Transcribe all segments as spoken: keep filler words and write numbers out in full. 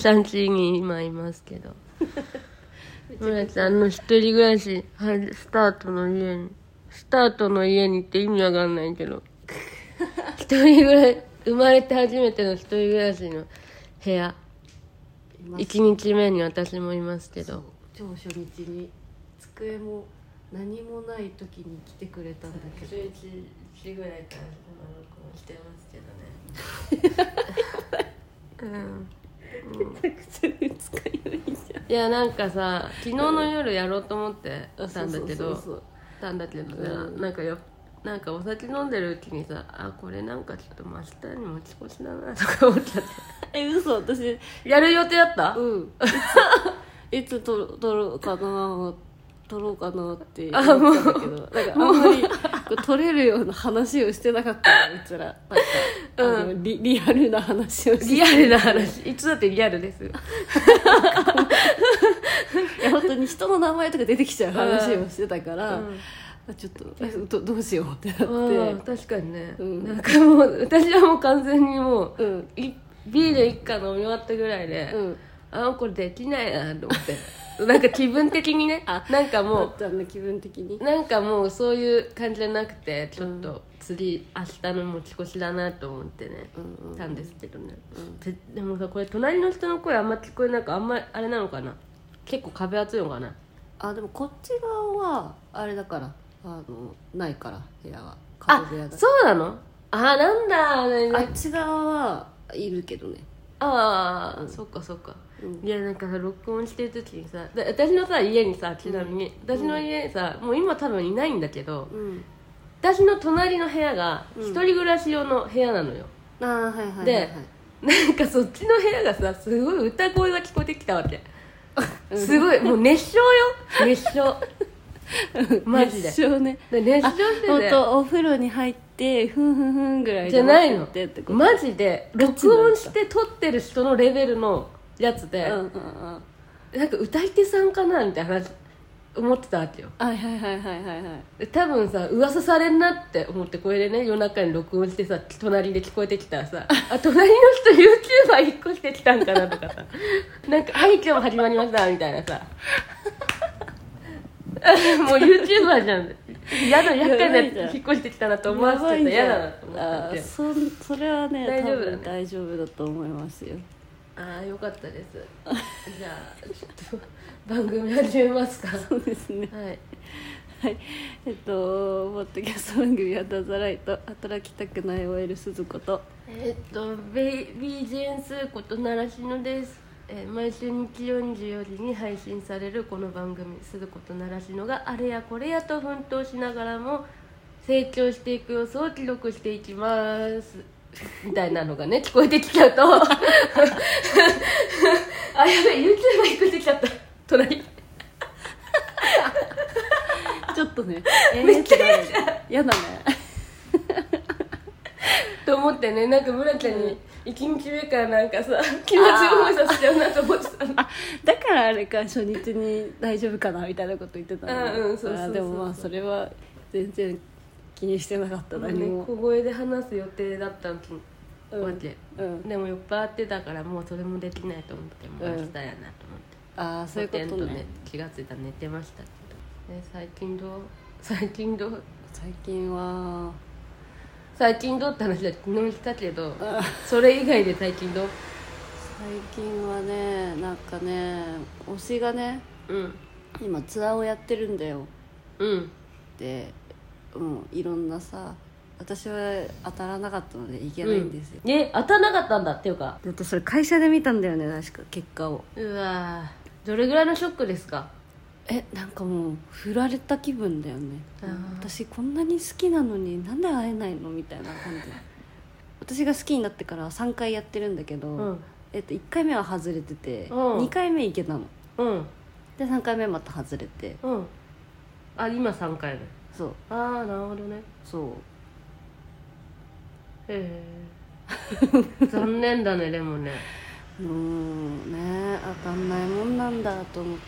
さん家に今いますけど村ちゃんの一人暮らしスタートの家にスタートの家にって意味わかんないけど一人暮らし生まれて初めての一人暮らしの部屋いちにちめに私もいますけど超初日に机も何もない時に来てくれたんだけどじゅういちじぐらいから録音してますけどねうんめちゃくちゃ二日酔いじゃん。 いやなんかさ昨日の夜やろうと思ってたんだけどそうそうそうそうたんだけどさ、 うん、 なんかよなんかお酒飲んでるうちにさあこれなんかちょっと明日に持ち越しだなとか思っちゃってえ嘘私やる予定あった？ うんいついつ撮ろ撮ろうかな撮ろうかなって思ってたんだけどなんかあんまりこう撮れるような話をしてなかったのうちらなんか、うん、あの リ, リアルな話をしてリアルな話いつだってリアルですよいや本当に人の名前とか出てきちゃう話をしてたから、 うんちょっと ど, どうしようってなって確かにね、 うん、 なんかもう私はもう完全にもう、 うん、 ビール一缶飲み終わったぐらいで、うん、あこれできないなと思ってなんか気分的にねあなんかもうちゃんの気分的になんかもうそういう感じじゃなくてちょっと次、うん、明日の持ち越しだなと思ってね、うんうん、たんですけどね、うん、で, でもさこれ隣の人の声あんま聞こえなくあんまりあれなのかな結構壁厚いのかなあでもこっち側はあれだからあのないから部屋は壁部屋だあそうなのあなんだ、ね、 あっち側はいるけどねああ、うん、そっかそっか、うん、いやなんかさ録音してる時にさ私のさ家にさちなみに、うん、私の家さ、うん、もう今多分いないんだけど、うん、私の隣の部屋が一人暮らし用の部屋なのよ、 うん、ああはいはいはい、はい、 でなんかそっちの部屋がさすごい歌声が聞こえてきたわけすごいもう熱唱よ熱唱マジで熱唱ねで熱唱してて本当お風呂に入ってふんふんふんぐらいじゃないのマジで録音して撮ってる人のレベルのやつで、うんうんうん、なんか歌い手さんかなみたいな話思ってたわけよはいはいはいはいはいはい多分さ噂されんなって思ってこれでね夜中に録音してさ隣で聞こえてきたらさあ隣の人 YouTuber 引っ越してきたんかなとかさなんかはい今日も始まりましたみたいなさもう YouTuber じゃん嫌な厄介なやつ引っ越してきたなと思わせてた嫌だなと思ってそ, それはね大丈夫だね大丈夫だと思いますよああよかったですじゃあちょっと番組始めますかそうですねはい、 はい、えっとポッドキャスト番組はダザライト働きたくない オーエル 鈴子とえっとベイビージェンスこと習志野です、えー、毎週日曜にじゅうよじに配信されるこの番組鈴子と習志野があれやこれやと奮闘しながらも成長していく様子を記録していきますみたいなのがね聞こえてきちゃうとあやべ YouTuber 引っ越してきちゃった隣ちょっとね、 えー、めっちゃ嫌じゃん嫌だねと思ってねなんか村ちゃんにいちにちめからなんかさ気持ちを思いさせちゃうなと思ってたのあだからあれか初日に大丈夫かなみたいなこと言ってたの、 うんうん、そうそうそうそうあでもまあそれは全然気にしてなかった何も、 ね、小声で話す予定だったわけ、 うんうん、 でも酔っ払ってたからもうそれもできないと思ってもう明日やなと思って、 うん、ああそういうことね、 ね気がついたら寝てましたけど、ね、最近どう最近どう最近は最近どうって話は昨日したけどそれ以外で最近どう最近はねなんかね推しがね、うん、今ツアーをやってるんだよ、うん、で、うん、いろんなさ私は当たらなかったのでいけないんですよ、 うん、え当たらなかったんだっていうかだってそれ会社で見たんだよね確か結果をうわどれぐらいのショックですかえなんかもう振られた気分だよね私こんなに好きなのになんで会えないのみたいな感じ私が好きになってからさんかいやってるんだけど、うんえっと、いっかいめは外れてて、うん、にかいめ行けたの、うん、でさんかいめまた外れて、うん、 あ今さんかいめそうああなるほどねそうへえ残念だねでもねうんね、当たんないもんなんだと思って。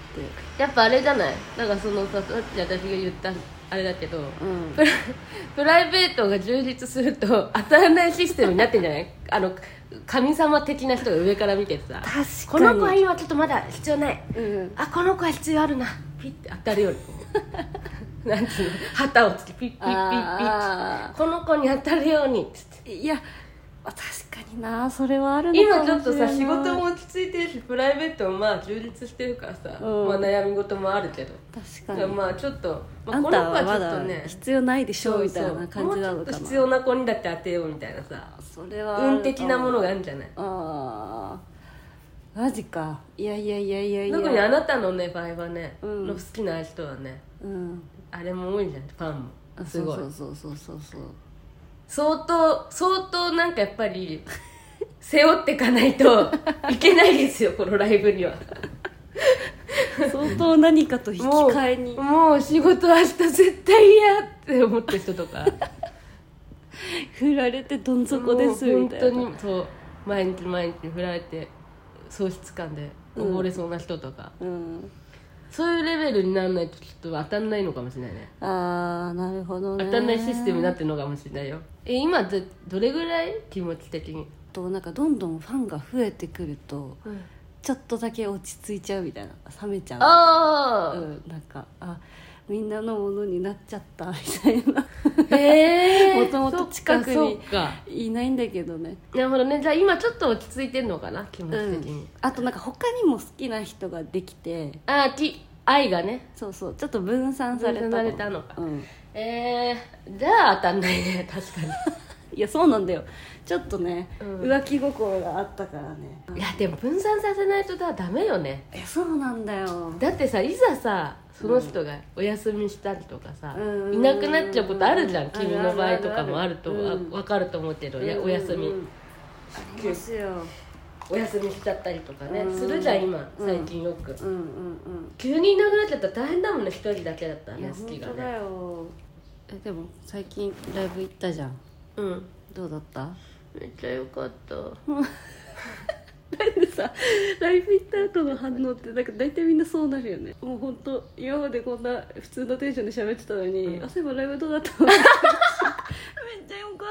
やっぱあれじゃない、なんかそのさ、さっき私が言ったあれだけど、 うん、 プラプライベートが充実すると当たらないシステムになってんじゃない？あの神様的な人が上から見てさ、 確かにこの子は今ちょっとまだ必要ない、 うん、 あこの子は必要あるな、ピッて当たるようになんつうの、旗をつけピッピッピッピッ、この子に当たるようにつって。 いや確かにな、それはあるのかもしれない。 今ちょっとさ、仕事も落ち着いてるしプライベートもまあ充実してるからさ、うん、まあ、悩み事もあるけど、 確かにまあちょっと、まあ、 あんたはまだ必要ないでしょみたいな感じなのかな。もうちょっと必要な子にだって当てようみたいなさ、 それは運的なものがあるんじゃない？ ああマジか。いやいやいやいやいや、 特にあなたのね場合はね、うん、の好きな人はね、うん、あれも多いじゃん、ファンもすごい。 そうそうそうそうそう、 相当相当なんかやっぱり背負ってかないといけないですよこのライブには相当何かと引き換えにもう、もう仕事明日絶対嫌って思ってる人とか振られてどん底ですみたいな、 本当にそう、毎日毎日振られて喪失感で溺れそうな人とか、うんうん、そういうレベルにならないとちょっと当たんないのかもしれないね。 ああなるほどね、 当たんないシステムになってるのかもしれないよ。え今どどれぐらい気持ち的にとなんかどんどんファンが増えてくると、うん、ちょっとだけ落ち着いちゃうみたいな、冷めちゃう、 ああ、 うん、なんかあみんなのものになっちゃったみたいな。 へえもともと近くにいないんだけどね。 なるほどね。じゃあ今ちょっと落ち着いてるのかな、気持ち的に、うん、 あとなんか他にも好きな人ができて、 あき愛がね、 そうそう、ちょった分散されたの、 分散されたのか、うん、えー、じゃあ当たんないね確かにいやそうなんだよ、ちょっとね、うん、浮気心があったからね。 いやでも分散させないとだダメよね。 いやそうなんだよ。 だってさ、いざさその人がお休みしたりとかさ、うん、いなくなっちゃうことあるじゃん、君の場合とかもあると、うん、分かると思うけど、うん、やお休み、うん、 ありますよ、 お休みしちゃったりとかね、うん、するじゃん今最近よく、 うんうんうん、 急にいなくなっちゃったら大変だもんね、一人だけだったらね、好きがね。 本当だよ。えでも最近ライブ行ったじゃん。 うん、 どうだった？ めっちゃ良かったなんでさ、ライブ行った後の反応ってなんか大体みんなそうなるよね。もうほんと今までこんな普通のテンションで喋ってたのに、うん、あ、そういえばライブどうだったのめっちゃ良か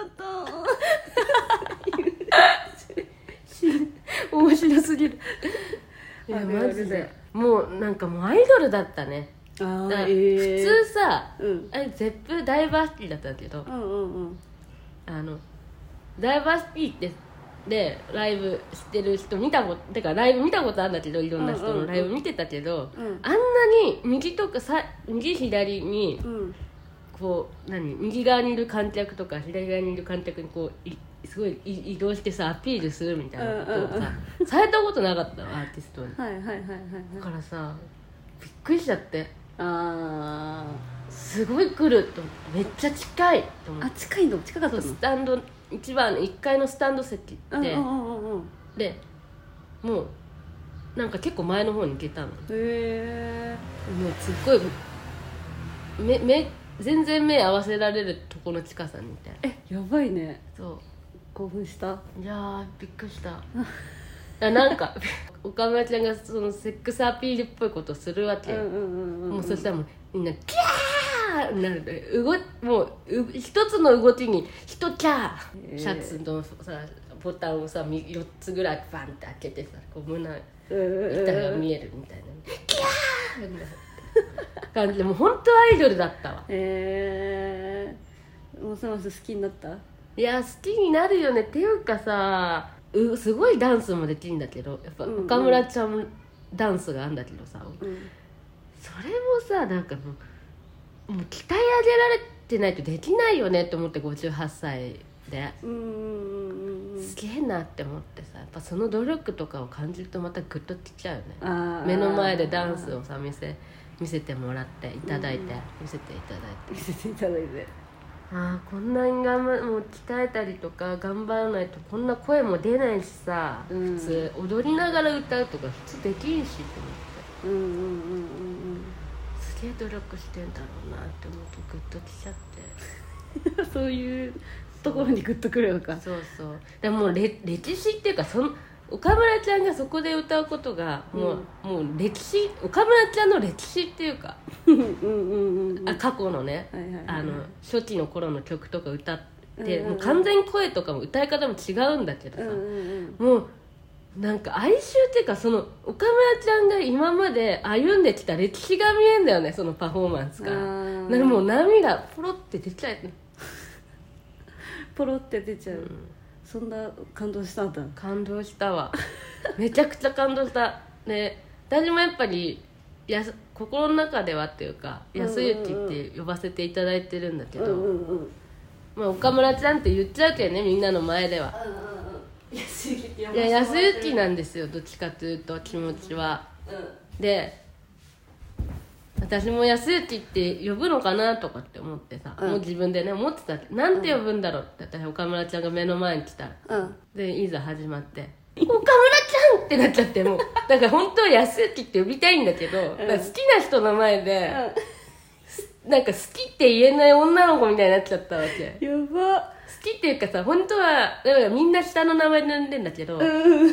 った面白すぎる。いやマジでもうなんかもうアイドルだったね。 あ、 だ、えー、普通さ、うん、あれゼップダイバーシティだったんだけど、 うんうんうん、あのダイバーシティってでライブしてる人見たこと、てかライブ見たことあるんだけど、いろんな人のライブ見てたけど、うんうんうん、あんなに右とかさ右左に、うん、こう何右側にいる観客とか左側にいる観客にこういすごい移動してさアピールするみたいなことをさ、うんうんうん、されたことなかったのアーティストに。 はいはいはいはい、はい、 だからさびっくりしちゃって、 あすごい来ると思って、めっちゃ近いと思って。 あ、近いの近かったの？ スタンド一番のいっかいのスタンド席で、うんうんうんうん、でもうなんか結構前の方に行けたの。へえ。 もうすっごい目目全然目合わせられるとこの近さにいて、 え、やばいね。 そう興奮した？ いやびっくりしたいなんか岡村ちゃんがそのセックスアピールっぽいことをするわけ、うんうんうんうん、もうそしたらもうみんなキャーなるで、動もう一つの動きに一キャー、シャツのさボタンをさよっつぐらいバンって開けてさ、こう胸板が見えるみたいな、キャーみたいな感じで、もう本当アイドルだったわ。 へえー、ますます好きになった？ いや好きになるよね。っていうかさ、うすごいダンスもできるんだけど、やっぱ岡村ちゃんもダンスがあるんだけどさ、うん、それもさなんかもう、もう鍛え上げられてないとできないよねって思って、ごじゅうはっさいで、うんうんうん、すげえなって思ってさ、やっぱその努力とかを感じるとまたグッときちゃうよね。目の前でダンスをさ見せ見せてもらっていただいて、うん、見せていただいて見せていただいて、 ああこんなに頑張もう鍛えたりとか頑張らないとこんな声も出ないしさ、うん、普通踊りながら歌うとか普通できんしと思って、うんうんうんうん、すげえ努力してんだろうなって思うとグッときちゃってそういうところにグッとくるのか。 そうそうでも歴史っていうかその岡村ちゃんがそこで歌うことがもう、うん、もう歴史、岡村ちゃんの歴史っていうかうんうんうん、あ過去のね、はいはいはい、あの初期の頃の曲とか歌って、うんうんうん、もう完全に声とかも歌い方も違うんだけどさ、うんうんうん、もうなんか哀愁っていうか、その岡村ちゃんが今まで歩んできた歴史が見えんだよね、そのパフォーマンスから。なんかもう涙ポロって出ちゃうポロって出ちゃう、うん、そんな感動したんだ。 感動したわめちゃくちゃ感動したね。私もやっぱりや心の中ではっていうか安幸って呼ばせていただいてるんだけど、うんうんうん、まあ、岡村ちゃんって言っちゃうけどね、みんなの前では、うんうんうん、安幸って呼ばせてもらってる。いや安幸なんですよ、どっちかというと気持ちは、うん、で私も安幸って呼ぶのかなとかって思ってさ、うん、もう自分でね思ってた。なんて呼ぶんだろうって私岡村ちゃんが目の前に来たら、うん、でいざ始まって岡村ちゃんってなっちゃって、もうだから本当は安幸って呼びたいんだけど、うん、好きな人の前で、うん、なんか好きって言えない女の子みたいになっちゃったわけ。 やば。 好きっていうかさ、本当はだからみんな下の名前で呼んでんだけど、うん、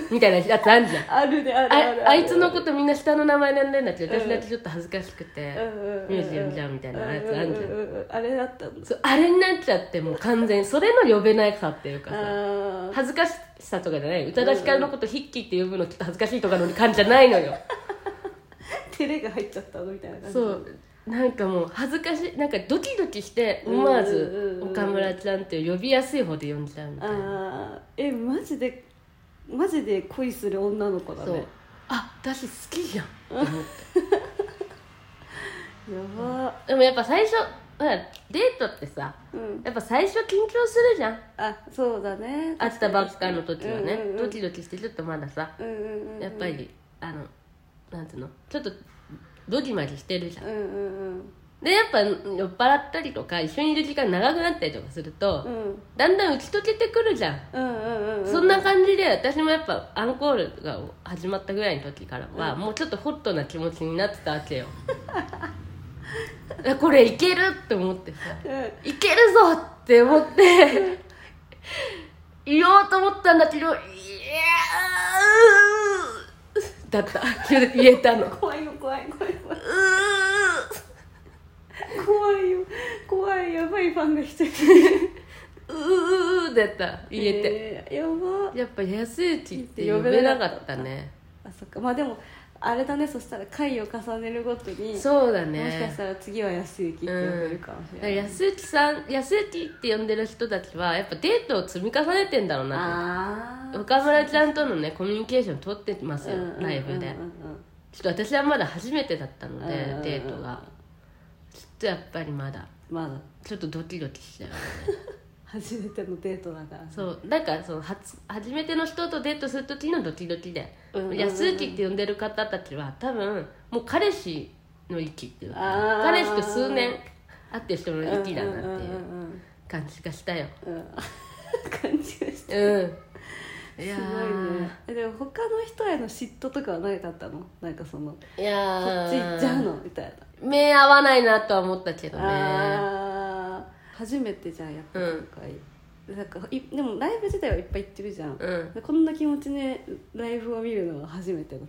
みたいなやつあるじゃん。 あるであるあるある。 あ、あいつのことみんな下の名前で呼んでんだけど、私だけちょっと恥ずかしくて、うん、ミュージアムじゃんみたいなやつあるじゃん、うんうんうん、 あれだったんだ。 そう、あれになっちゃって、もう完全にそれの呼べないかっていうかさ、恥ずかしさとかじゃない。宇多田ヒカルのことヒッキーって呼ぶのちょっと恥ずかしいとかの感じじゃないのよ照れが入っちゃったのみたいな感じ。 そうなんかもう恥ずかしい、なんかドキドキして思わず岡村ちゃんって呼びやすい方で呼んじゃうみたいな。 あえマジでマジで恋する女の子だね。そう、 あ私好きじゃんって思ってやば。 でもやっぱ最初デートってさ、うん、やっぱ最初緊張するじゃん。 あそうだね、 会ったばっかの時はね、うんうんうん、ドキドキしてちょっとまださ、うんうんうんうん、やっぱりあのなんていうの、ちょっとドギマギしてるじゃん、うんうんうん、でやっぱ酔っ払ったりとか一緒にいる時間長くなったりとかすると、うん、だんだん打ち解けてくるじゃん、うんうんうんうん、そんな感じで私もやっぱアンコールが始まったぐらいの時からは、うん、もうちょっとホットな気持ちになってたわけよこれいけるって思ってさ、うん、いけるぞって思って言おうと思ったんだけど、いやーだった言えたの。 怖いよ怖い怖い怖い怖いよ怖い、やばいファンが一人うーだった言えて、 えー、やば。 やっぱ安幸って呼べなかったね。 あそっか、まあでもあれだね、そしたら回を重ねるごとにそうだね、 もしかしたら次は安幸って呼べるかもしれない、うん、 安幸さん、安幸って呼んでる人たちはやっぱデートを積み重ねてんだろうなって。岡村ちゃんとのねコミュニケーション取ってますよ、うん、ライブで、うんうんうん、ちょっと私はまだ初めてだったので、うんうん、デートがちょっとやっぱりまだまだちょっとドキドキしちゃうね初めてのデートだから、ね、 そうだからその初初めての人とデートする時のドキドキで、うんうんうん、安幸って呼んでる方たちは多分もう彼氏の域っていうか彼氏と数年会ってる人の域だなっていう感じがしたよ、うんうんうん、 感じがした、うんいやすごいね。でも他の人への嫉妬とかはなかったの？なんかそのいやこっち行っちゃうのみたいな。 目合わないなとは思ったけどね。 あ初めてじゃんやっぱ今回、うん、なんかいでもライブ自体はいっぱい行ってるじゃん、うん、こんな気持ちでライブを見るのは初めてだった。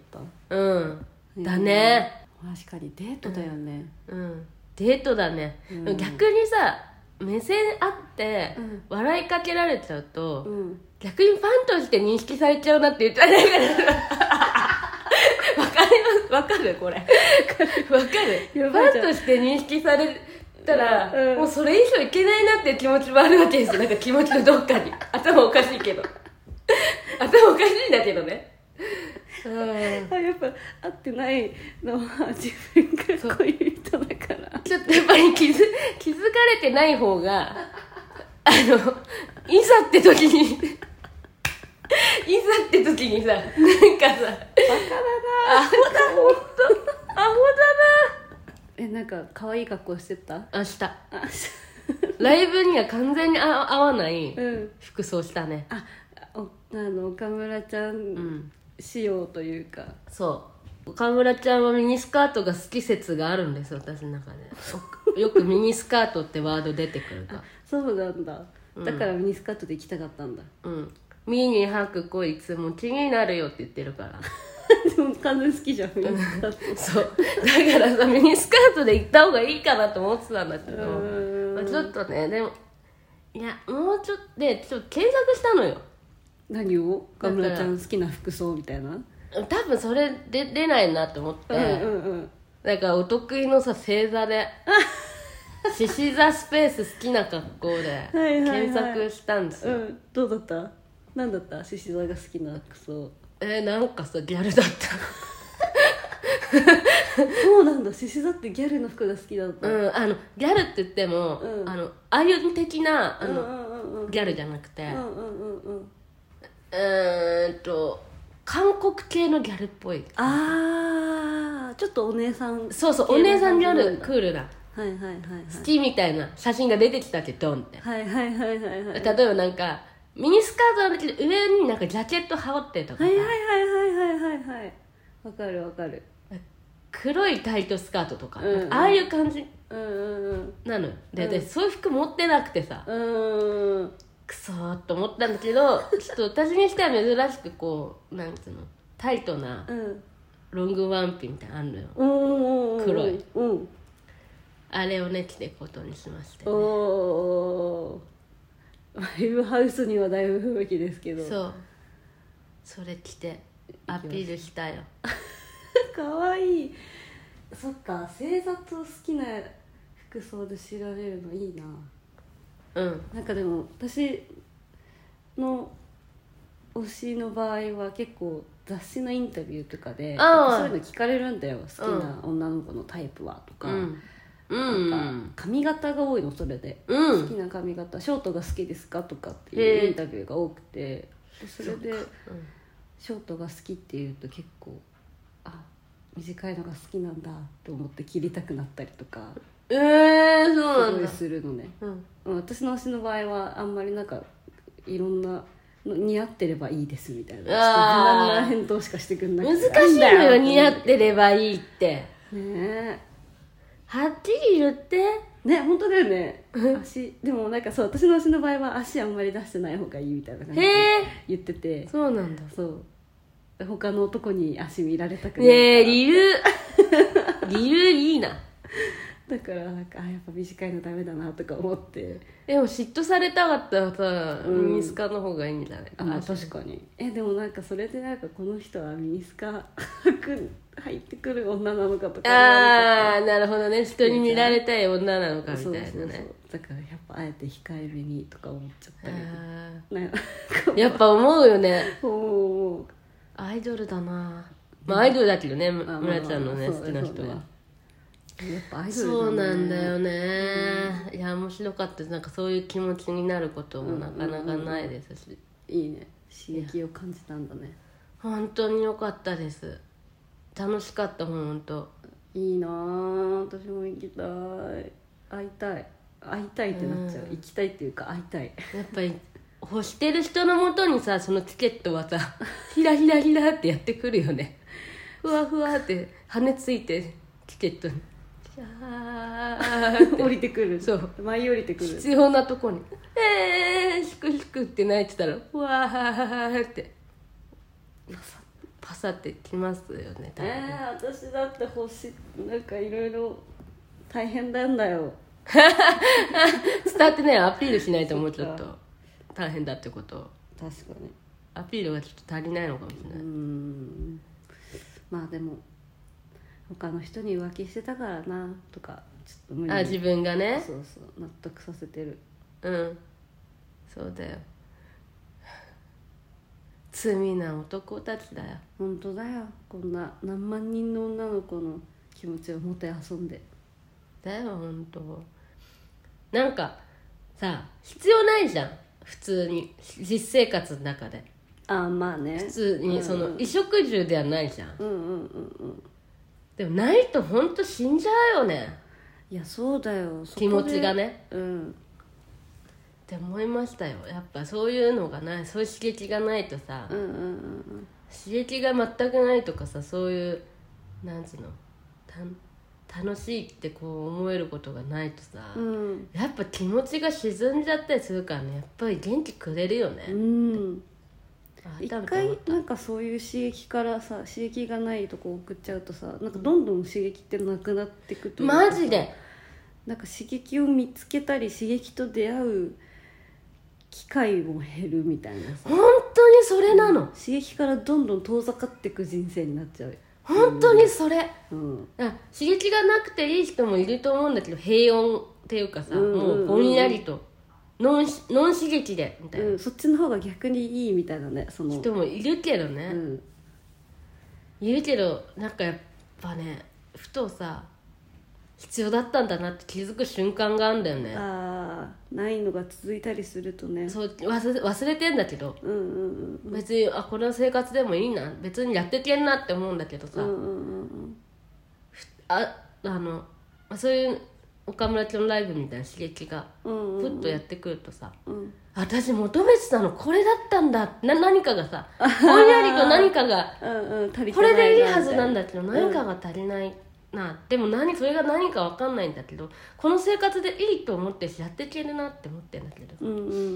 うんだね。 確かにデートだよね、 うん、うん、デートだね、うん、逆にさ目線あって笑いかけられちゃうと、うん、逆にファンとして認識されちゃうなって言ったらないからわかりますわかるこれわかるファンとして認識されたら、うん、もうそれ以上いけないなっていう気持ちもあるわけですよ。なんか気持ちのどっかに頭おかしいけど頭おかしいんだけどねあやっぱ会ってないのは自分がこういう人だからちょっとやっぱり気づ、気づかれてない方があのいざって時にいざって時にさなんかさバカだなアホだほんとアホだなえなんか可愛い格好してたあしたライブには完全に合わない服装したね、 うん、あおあの岡村ちゃん、うん仕様というかそう岡村ちゃんはミニスカートが好き説があるんですよ私の中でよくミニスカートってワード出てくるかそうなんだ、だからミニスカートで行きたかったんだ、 うん、 ミニ履く子いつも気になるよって言ってるからでも完全好きじゃんミニスカートそうだからさミニスカートで行った方がいいかなと思ってたんだけど、まあ、ちょっとねでもいやもうちょっとでちょっと検索したのよ。 何を岡村ちゃん好きな服装みたいな。 多分それで出ないなと思って、うんうんうん、だからお得意のさ星座で獅子座スペース好きな格好で検索したんですよ。 はいはいはい、うん、どうだった？何だった獅子座が好きな服装。 えー、なんかさギャルだったそうなんだ、獅子座ってギャルの服が好きだった。 うん、あのギャルって言っても、うん、あのあゆ的なあの、うんうんうん、ギャルじゃなくて、うんうんうんうん、えーっと韓国系のギャルっぽい。 あーちょっとお姉さん、 そうそうお姉さんギャルクールな、 はいはいはいはい、 好きみたいな写真が出てきたけどドンって、 はいはいはいはいはい、 例えばなんかミニスカートなんだけど上になんかジャケット羽織ってとかさ、 はいはいはいはいはいはいはい、わかるわかる。 黒いタイトスカートとか、うんうん、ああいう感じなのよ、うんうん、で、でそういう服持ってなくてさ、うん、クソーと思ったんだけどちょっと私にしては珍しくこうなんつうのタイトなロングワンピみたいなのあんのよ、うん、黒い、うん、あれをね着ていくことにしまして、ね、おーライブハウスにはだいぶ不向きですけど、 そうそれ着てアピールしたよかわいい。そっか星座と好きな服装で知られるのいいな。うんなんかでも私の推しの場合は結構雑誌のインタビューとかでそういうの聞かれるんだよ。好きな女の子のタイプはとか、うんなんか髪型が多いのそれで、うん、好きな髪型ショートが好きですかとかっていうインタビューが多くて、でそれで、うん、ショートが好きっていうと結構あ短いのが好きなんだと思って切りたくなったりとかえー、そうなんだすごいするのね、うん、私の推しの場合はあんまりなんかいろんな似合ってればいいですみたいな無難な返答しかしてくんなくて難しいのよ似合ってればいいってねえはっきり言ってね本当だよね足でもなんかそう私の推しの場合は足あんまり出してない方がいいみたいな感じで言っててそうなんだそう他の男に足見られたくないねえ理由理由いいなだからなんかあやっぱ短いのダメだなとか思ってでも嫉妬されたかったらさ、うん、ミニスカの方がいいんじゃないかな。あ確かにえでもなんかそれでなんかこの人はミニスカ履く入ってくる女なのかとかああなるほどね人に見られたい女なのかみたいなね。そうそうそうだからやっぱあえて控えめにとか思っちゃったりやっぱ思うよね思うアイドルだな、まあアイドルだけどね村ちゃんのね好きな人はやっぱアイドルだね。 そうなんだよね、うん、いや面白かったなんかそういう気持ちになることもなかなかないですし、 うんうんうん、いいね刺激を感じたんだね。 本当に良かったです楽しかった本当いいな私も行きたい会いたい会いたいってなっちゃう、うん、行きたいっていうか会いたいやっぱり欲してる人のもとにさそのチケットはさひらひらひらってやってくるよねふわふわって跳ねついてチケットに降りてくるそう舞い降りてくる必要なとこにえーシクシクって泣いてたらふわーってパサってきますよね多分ね。 えー、私だって欲しいなんかいろいろ大変なんだよ伝ってねアピールしないともうちょっと大変だってことを確かにアピールがちょっと足りないのかもしれない。うーんまあでも他の人に浮気してたからなとかちょっと無理にあ自分がねそうそう納得させてる。 うんそうだよ罪な男たちだよ。 本当だよこんな何万人の女の子の気持ちをもてあそんでだよ本当なんかさ必要ないじゃん普通に実生活の中で。 あまあね普通にその衣食住ではないじゃん。 うんうんうんうんでもないと本当死んじゃうよね。 いやそうだよ気持ちがねうんって思いましたよ。やっぱそういうのがないそういう刺激がないとさ、 うんうんうんうん、 刺激が全くないとかさそういうなんつうのた楽しいってこう思えることがないとさ、うん、やっぱ気持ちが沈んじゃったりするからねやっぱり元気くれるよね。 うん一回なんかそういう刺激からさ刺激がないとこ送っちゃうとさなんかどんどん刺激ってなくなっていくというかマジでなんか刺激を見つけたり刺激と出会う機会も減るみたいなさ本当にそれなの、うん、 刺激からどんどん遠ざかっていく人生になっちゃう本当にそれ、 うん、 刺激がなくていい人もいると思うんだけど平穏っていうかさ、うんうんうんうん、もうぼんやりとノン、ノン刺激でみたいな、 うん、そっちの方が逆にいいみたいなねその人もいるけどね、うん、いるけどなんかやっぱねふとさ必要だったんだなって気づく瞬間があるんだよね。 ああないのが続いたりするとねそう忘れ、忘れてんだけど、 うんうんうん、 別にあこの生活でもいいな別にやってけんなって思うんだけどさ、 うんうんうん、 ああのそういう岡村ちゃんのライブみたいな刺激がふっとやってくるとさ、うんうんうん、私求めてたのこれだったんだな何かがさぼんやりと何かがうん、うん、 これでいいはずなんだけど何かが足りないな、うん、でも何それが何か分かんないんだけどこの生活でいいと思ってやっていけるなって思ってるんだけど、 うんうんうん、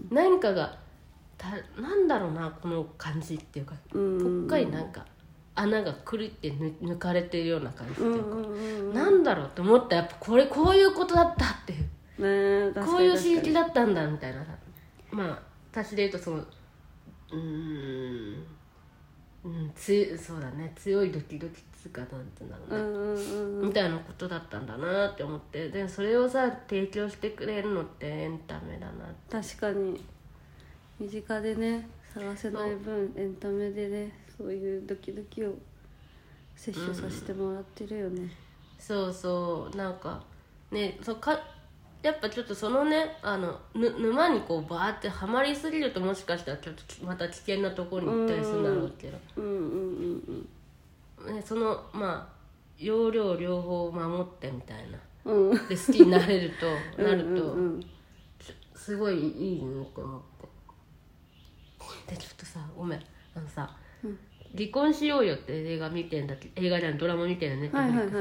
何かがたなんだろうなこの感じっていうか、うんうんうん、ぽっかりなんか穴がくるって抜かれてるような感じっていうか、うんうんうん、なんだろうって思ったらやっぱこれこういうことだったっていう、ね、こういう刺激だったんだみたいなまあ私で言うとそのうーん、うん、つそうだね強いドキドキつかなんてなるね、うんうんうん、みたいなことだったんだなって思ってでそれをさ提供してくれるのってエンタメだなって確かに身近でね探せない分エンタメでねそういうドキドキを摂取させてもらってるよね、うん、 そうそうなんかねそうかやっぱちょっとそのねあのぬ沼にこうバーってはまりすぎるともしかしたらちょっとまた危険なところに行ったりするんだろうけど、うんうんうんうんね、そのまあ要領両方守ってみたいな、うん、で好きになれるとなるとうんうん、うん、すごいいいねって思ってでちょっとさごめんあのさ、うん離婚しようよって映画見てんだけど映画じゃんドラマ見てるねって、はいはいはいはい、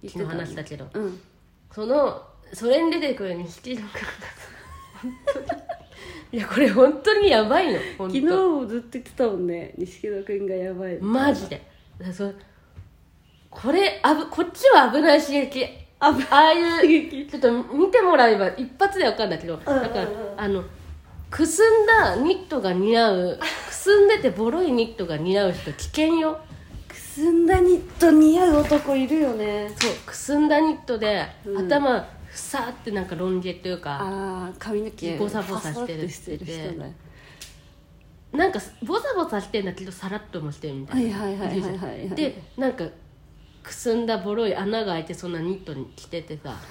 昨日話したけど、うん、そのそれに出てくる錦戸君がいやこれ本当にやばいの昨日もずっと言ってたもんね錦戸君がやばいマジでそこれあぶこっちは危ない刺激ああいうちょっと見てもらえば一発で分かるんだけどだからあのくすんだニットが似合うくすんでてボロいニットが似合う人危険よくすんだニット似合う男いるよねそうくすんだニットで、うん、頭ふさーってなんかロン毛というかあ髪の毛ボサボサしてるってしてる人ねなんかボサボサしてるんだけどさらっともしてるみたいなはいはいはいはいはい、はい、 でなんかくすんだボロい穴が開いてそんなニットに着ててさ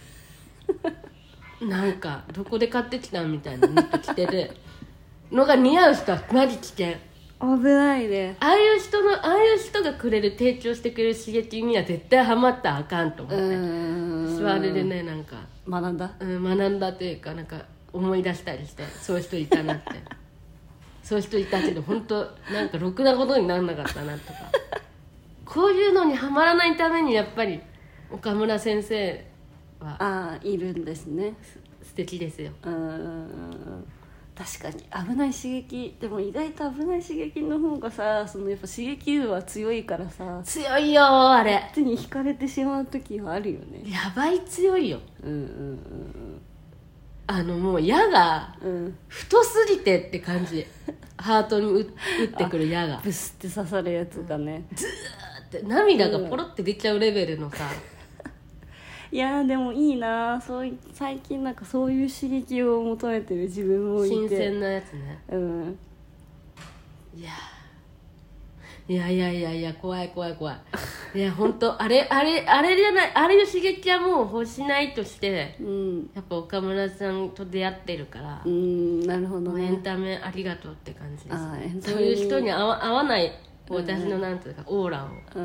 なんかどこで買ってきたみたいなニット着てるのが似合う人はマジ危険危ないねああいう人のああいう人がくれる提供してくれる刺激には絶対ハマったらあかんと思って私はあれでねなんか学んだ、 うん、学んだというかなんか思い出したりしてそういう人いたなってそういう人いたけど本当なんかろくなことにならなかったなとかこういうのにハマらないためにやっぱり岡村先生はあいるんですね素敵ですようん確かに危ない刺激でも意外と危ない刺激の方がさそのやっぱ刺激度は強いからさ強いよあれ手に惹かれてしまう時はあるよねやばい強いようんうんうんうんあのもう矢が太すぎてって感じ、うん、ハートに打ってくる矢がブスって刺さるやつがね、 うん、ズーって涙がポロって出ちゃうレベルのさ、 うん、いやでもいいなそうい最近なんかそういう刺激を求めてる自分もいて新鮮なやつねうんいやいやいやいやいや怖い怖い怖いいや本当あれあれあれじゃないあれの刺激はもう欲しないとして、うん、やっぱ岡村さんと出会ってるからうんなるほど、ね、 エンタメありがとうって感じですあそういう人に合わ、合わない私のなんていうか、うん、オーラを、うん、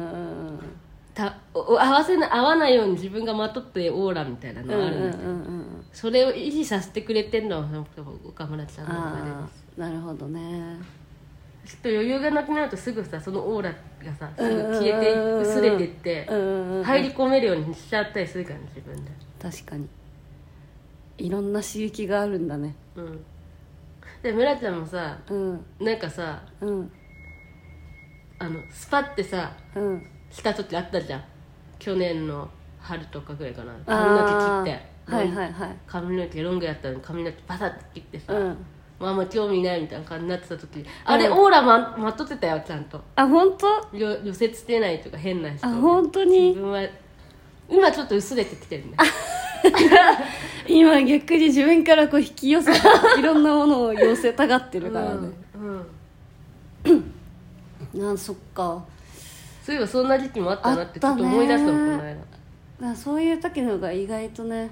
た合わせな合わないように自分がまとってオーラみたいなのがあるんですよ、うんうんうん、それを維持させてくれてるのは岡村さんのおかげです。 なるほどねちょっと余裕がなくなるとすぐさそのオーラがさすぐ消えて薄れていって入り込めるようにしちゃったりするからね自分で確かにいろんな刺激があるんだねうんで村ちゃんもさ、 うん、 なんかさ、 うん、 あのスパってさ、 うん、 した時あったじゃん。去年の春とかぐらいかな。髪の毛切って、 はいはいはい、 髪の毛ロングやったのに髪の毛バサッて切ってさ、 うん、 まああんま興味ないみたいな感じになってた時、うん、あれオーラままとってたよちゃんと。 あ、本当？ よ寄せつけないとか変な人。 あ、本当に？ 自分は今ちょっと薄れてきてるね。 今逆に自分からこう引き寄せていろんなものを寄せたがってるからね。うん、うん、あ、そっか。 そういえばそんな時期もあったなってちょっと思い出したの、この間。だからそういう時の方が意外とね、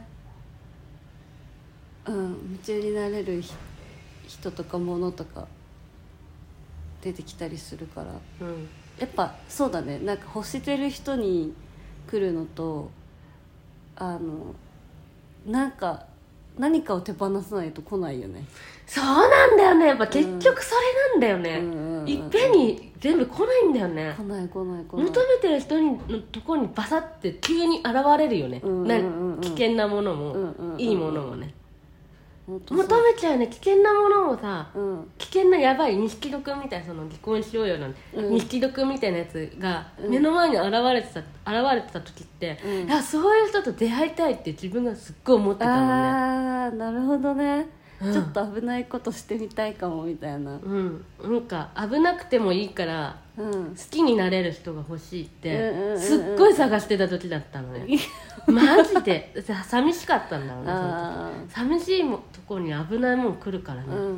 うん、夢中になれる人とか物とか出てきたりするから、うん、やっぱそうだね。なんか欲してる人に来るのと、あのなんか何かを手放さないと来ないよね。 そうなんだよね。やっぱ結局それなんだよね、うんうんうん、いっぺんに全部来ないんだよね。 来ない来ない来ない。 求めてる人のところにバサッて急に現れるよね、うんうんうんうん、危険なものも、うんうんうん、いいものもね、求めちゃうね。危険なものもさ、うん、危険なやばい錦戸君みたいな、その離婚しようよなんて、うん、錦戸君みたいなやつが目の前に現れてた、現れてた時って、うん、いやそういう人と出会いたいって自分がすっごい思ってたのね。 あー、なるほどね、うん、ちょっと危ないことしてみたいかもみたいな、うん、 なんか危なくてもいいから、うん、好きになれる人が欲しいって、うんうんうんうん、すっごい探してた時だったのね。マジで寂しかったんだろうね。その時寂しいもところに危ないもん来るからね、うんうんうんうん、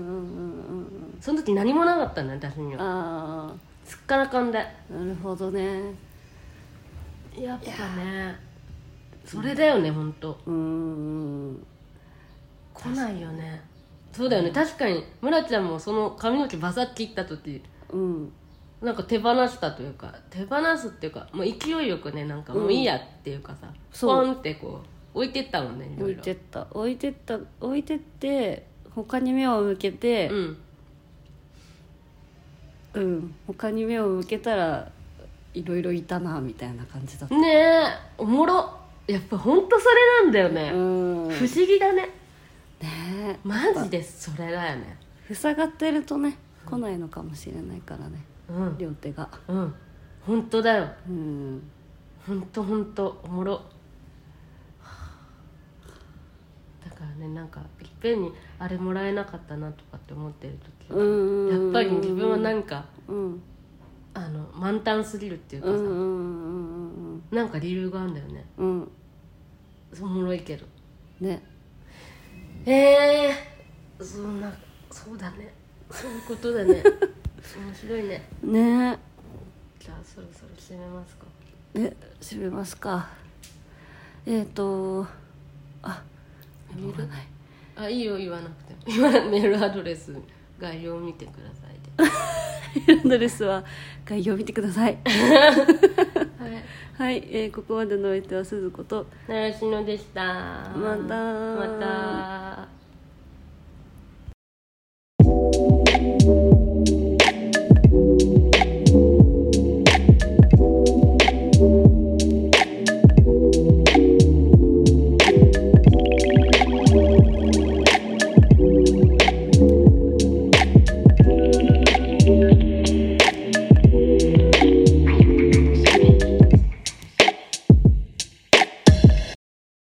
その時何もなかったんだよ私には。あ、すっからかんで。 なるほどね。 やっぱねそれだよね、ほんと。うーん、来ないよね。そうだよね、確かに村ちゃんもその髪の毛バサッ切った時、うん、なんか手放したというか、手放すっていうか、もう勢いよくね、なんかもういいやっていうかさ、うん、ポンってこう置いてったもんね。いろいろ置いてった置いてった置いてって他に目を向けて、うん、うん、他に目を向けたらいろいろいたなみたいな感じだったね。えおもろ。やっぱほんとそれなんだよね、うん、不思議だね。ねえマジでそれだよね。 塞がってるとね来ないのかもしれないからね、うん、両手が。 うん本当だよ、うん、ほんとほんとおもろ。だからね、なんかいっぺんにあれもらえなかったなとかって思ってる時、うんやっぱり自分はなんか、うん、あの満タンすぎるっていうかさ、うんうんうんうん、なんか理由があるんだよね、うん、おもろいけどね。えー、そんなそうだね、そういうことだね。面白いね。ね。じゃあそろそろ締めますか。 え、締めますか。えっ、ー、とあ言わない。あ、いいよ言わなくても。今メールアドレス概要を見てくださいで。メールアドレスは概要を見てください。はい、はい、えー、ここまでのお相手は鈴子と習志野でした。 またまた。